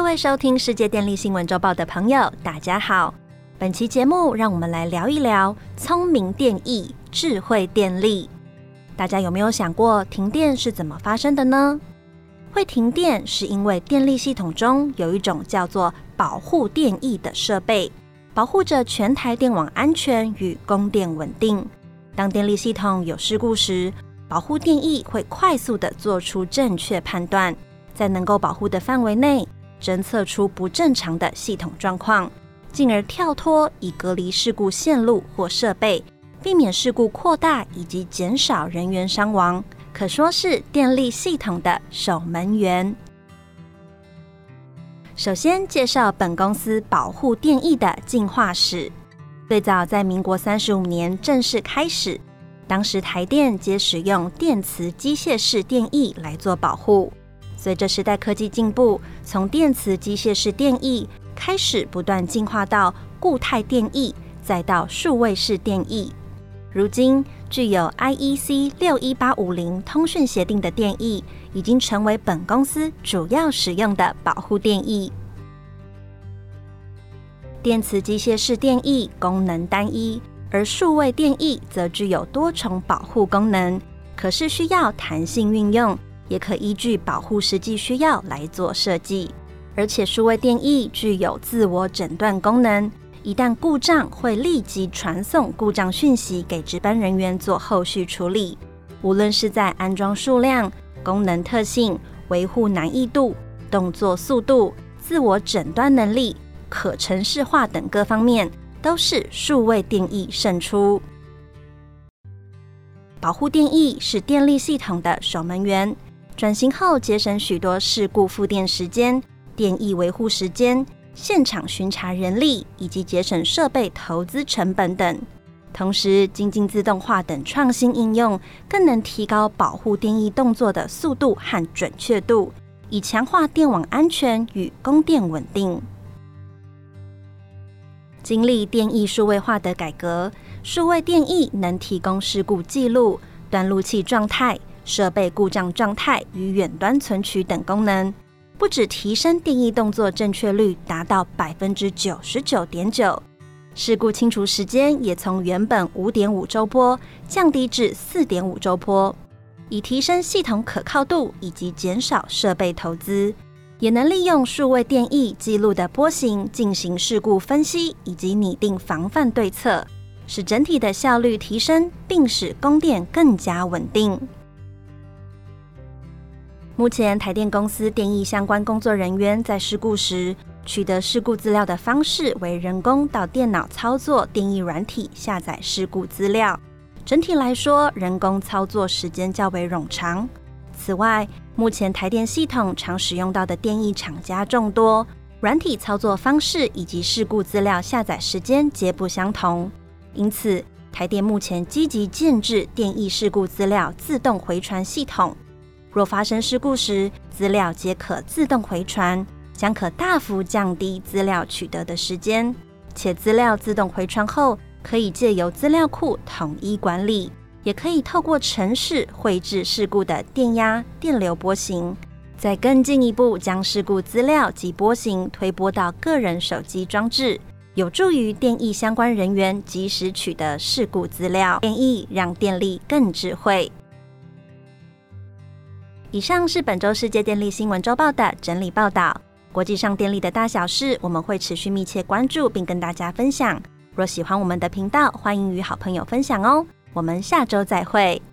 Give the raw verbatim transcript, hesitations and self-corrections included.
位收听世界电力新闻周报的朋友，大家好。本期节目让我们来聊一聊聪明电役、智慧电力。大家有没有想过停电是怎么发生的呢？会停电是因为电力系统中有一种叫做保护电役的设备，保护着全台电网安全与供电稳定。当电力系统有事故时，保护电役会快速地做出正确判断，在能够保护的范围内侦测出不正常的系统状况，进而跳脱以隔离事故线路或设备，避免事故扩大以及减少人员伤亡，可说是电力系统的守门员。首先介绍本公司保护电役的进化史。最早在民国三十五年正式开始，当时台电皆使用电磁机械式电役来做保护。随着时代科技进步，从电磁机械式电役开始不断进化到固态电役，再到数位式电役。如今具有 I E C 六一八五零 通讯协定的电役，已经成为本公司主要使用的保护电役。电磁机械式电役功能单一，而数位电役则具有多重保护功能，可是需要弹性运用，也可依据保护实际需要来做设计。而且数位电役具有自我诊断功能，一旦故障会立即传送故障讯息给值班人员做后续处理。无论是在安装数量、功能特性、维护难易度、动作速度、自我诊断能力、可程式化等各方面，都是数位电役胜出。保护电役是电力系统的守门员，转型后节省许多事故复电时间、电役维护时间、现场巡查人力以及节省设备投资成本等。同时精进自动化等创新应用，更能提高保护电役动作的速度和准确度，以强化电网安全与供电稳定。经历电役数位化的改革，数位电役能提供事故记录、断路器状态、设备故障状态与远端存取等功能，不只提升电役动作正确率达到 百分之九十九点九， 事故清除时间也从原本 五点五周波降低至 四点五周波，以提升系统可靠度以及减少设备投资。也能利用数位电役记录的波形进行事故分析以及拟定防范对策，使整体的效率提升，并使供电更加稳定。目前台电公司电役相关工作人员在事故时，取得事故资料的方式为人工到电脑操作电役软体下载事故资料，整体来说人工操作时间较为冗长。此外，目前台电系统常使用到的电役厂家众多，软体操作方式以及事故资料下载时间皆不相同，因此台电目前积极建置电役事故资料自动回传系统。若发生事故时，资料皆可自动回传，将可大幅降低资料取得的时间，且资料自动回传后，可以借由资料库统一管理，也可以透过程式绘制事故的电压、电流波形，再更进一步将事故资料及波形推播到个人手机装置，有助于电役相关人员及时取得事故资料。电役让电力更智慧。以上是本周世界电力新闻周报的整理报道。国际上电力的大小事，我们会持续密切关注并跟大家分享。若喜欢我们的频道，欢迎与好朋友分享哦。我们下周再会。